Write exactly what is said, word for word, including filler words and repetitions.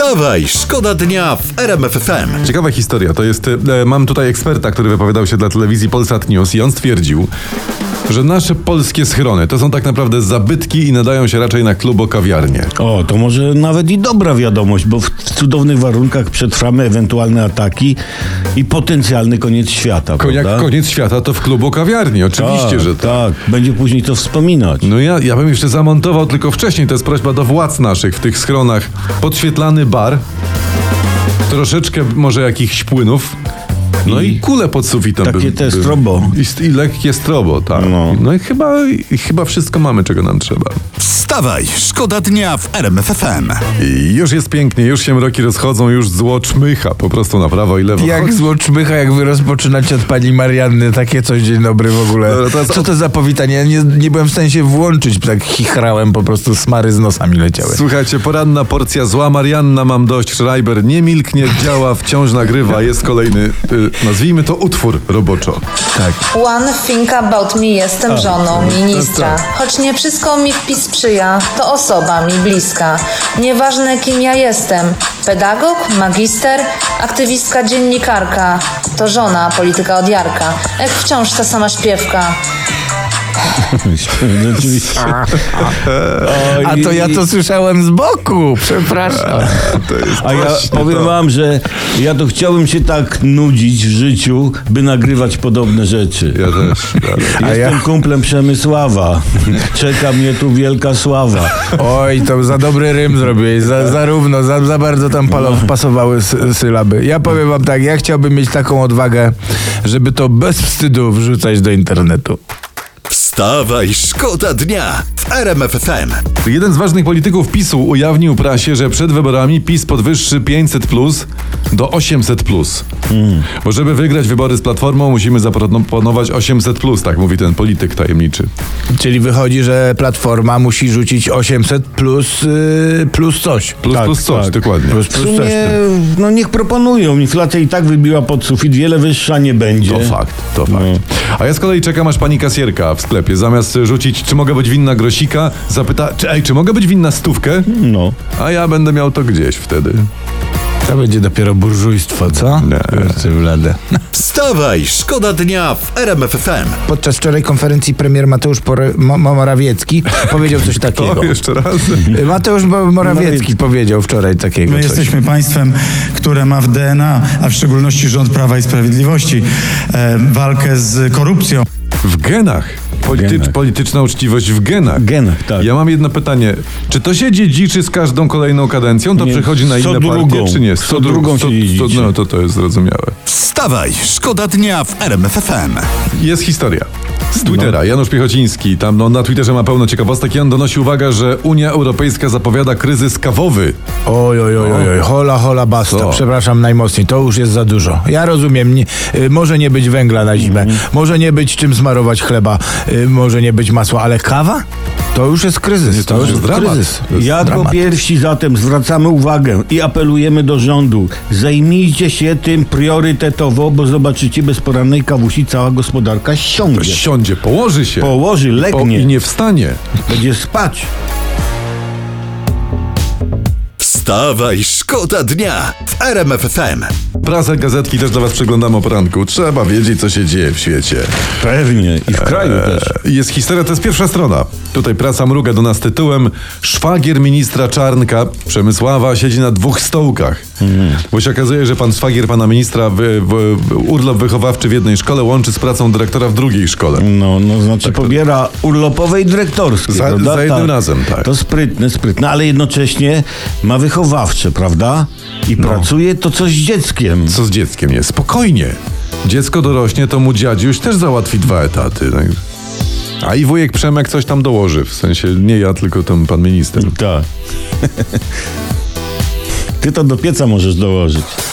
Wstawaj, szkoda dnia w R M F F M. Ciekawa historia, to jest, e, mam tutaj eksperta, który wypowiadał się dla telewizji Polsat News i on stwierdził, że nasze polskie schrony to są tak naprawdę zabytki i nadają się raczej na klubo-kawiarnie. O, to może nawet i dobra wiadomość, bo w cudownych warunkach przetrwamy ewentualne ataki i potencjalny koniec świata, Ko- jak prawda? koniec świata to w klubo-kawiarni, oczywiście, tak, że tak. tak. Będzie później to wspominać. No ja, ja bym jeszcze zamontował tylko wcześniej, to jest prośba do władz naszych w tych schronach, podświetlany bar, troszeczkę może jakichś płynów, no i, I kule pod sufitem. takie by- te by- strobo. I, I lekkie strobo, tak. No, No. i chyba, i chyba wszystko mamy, czego nam trzeba. Wstawaj, szkoda dnia w R M F F M. I już jest pięknie, już się mroki rozchodzą, już zło czmycha po prostu na prawo i lewo. Jak Chodź- zło czmycha, jak wy rozpoczynacie od pani Marianny, takie coś, dzień dobry w ogóle. Dobra, teraz Co od- to za powitanie? Ja nie, nie byłem w stanie się włączyć, tak chichrałem, po prostu smary z nosami leciały. Słuchajcie, poranna porcja zła. Marianna, mam dość. Schreiber nie milknie, działa, wciąż nagrywa. Jest kolejny, y, nazwijmy to utwór roboczo. Tak. One think about me, jestem żoną ministra. tak. Choć nie wszystko mi w PiS sprzyja, to osoba mi bliska. Nieważne kim ja jestem, pedagog, magister, aktywistka, dziennikarka. To żona, polityka od Jarka. Jak wciąż ta sama śpiewka. Rzeczywiście. Oj, A to ja to słyszałem z boku, przepraszam. To jest A ja właśnie powiem to. wam, że ja to chciałbym się tak nudzić w życiu, by nagrywać podobne rzeczy. Ja też. Ja też. A Jestem ja- kumplem Przemysława. Czeka mnie tu wielka sława. Oj, to za dobry rym zrobiłeś, za, za równo, za, za bardzo tam palo, pasowały s- sylaby. Ja powiem wam tak, ja chciałbym mieć taką odwagę, żeby to bez wstydu wrzucać do internetu. Wstawaj, szkoda dnia w R M F F M. Jeden z ważnych polityków PiSu ujawnił prasie, że przed wyborami PiS podwyższy pięćset plus do osiemset plus. Hmm. Bo żeby wygrać wybory z Platformą, musimy zaproponować osiemset plus, tak mówi ten polityk tajemniczy. Czyli wychodzi, że Platforma musi rzucić osiemset plus, yy, plus coś. Plus Tak, plus coś, tak. dokładnie. Plus, W plus coś. sumie, no niech proponują. Inflacja i tak wybiła pod sufit, wiele wyższa nie będzie. To fakt, to fakt. A ja z kolei czekam, aż pani kasjerka w sklepie zamiast rzucić, czy mogę być winna grosika, zapyta, czy, ej, czy mogę być winna stówkę? No. A ja będę miał to gdzieś wtedy. To będzie dopiero burżujstwo, co? Nie. Kurczę blade. Wstawaj, szkoda dnia w R M F F M. Podczas wczoraj konferencji premier Mateusz Pore- Mo- Morawiecki powiedział coś takiego. To jeszcze raz. Mateusz Mo- Morawiecki powiedział wczoraj takiego My coś. jesteśmy państwem, które ma w D N A, a w szczególności rząd Prawa i Sprawiedliwości, e, walkę z korupcją. W genach. Politycz, genach. Polityczna uczciwość w genach. Genach, tak. Ja mam jedno pytanie. Czy to się dziedziczy z każdą kolejną kadencją? To Nie, przechodzi na co inne drugą. partie, czy nie? Co dru- drugą co- się dziedziczy. No to to jest zrozumiałe. Wstawaj, szkoda dnia w R M F F M. Jest historia. Z No. Twittera. Janusz Piechociński. Tam no, na Twitterze ma pełno ciekawostek i on donosi uwagę, że Unia Europejska zapowiada kryzys kawowy. Oj, oj, oj, oj, oj, hola, hola, basta. Co? Przepraszam najmocniej, to już jest za dużo. Ja rozumiem, nie, y, może nie być węgla na zimę, może nie być czym smarować chleba, y, może nie być masła, ale kawa? To już jest kryzys. To już jest dramat. kryzys. To jest Jako dramat. pierwsi zatem zwracamy uwagę i apelujemy do rządu. Zajmijcie się tym priorytetowo, bo zobaczycie, bez porannej kawusi cała gospodarka siądzie. Siądzie, położy się. Położy, Po, legnie, I nie wstanie. będzie spać. Wstawaj, szkoda dnia w R M F F M. Prasę, gazetki też dla was przeglądamy o poranku. Trzeba wiedzieć, co się dzieje w świecie. Pewnie. I w kraju też. Jest historia, to jest pierwsza strona. Tutaj prasa mruga do nas tytułem: szwagier ministra Czarnka, Przemysława, siedzi na dwóch stołkach. Bo się okazuje, że pan szwagier pana ministra wy, wy, urlop wychowawczy w jednej szkole łączy z pracą dyrektora w drugiej szkole. No, no znaczy pobiera urlopowe i dyrektorskie, Za- prawda? za jednym razem, tak. To sprytne, sprytne, ale jednocześnie ma wychowawcze, prawda? I pracuje to coś z dzieckiem. Co z dzieckiem jest? Spokojnie. Dziecko dorośnie, to mu dziadziuś też załatwi dwa etaty. Tak? A i wujek Przemek coś tam dołoży. W sensie nie ja, tylko ten pan minister. Tak. Ty to do pieca możesz dołożyć.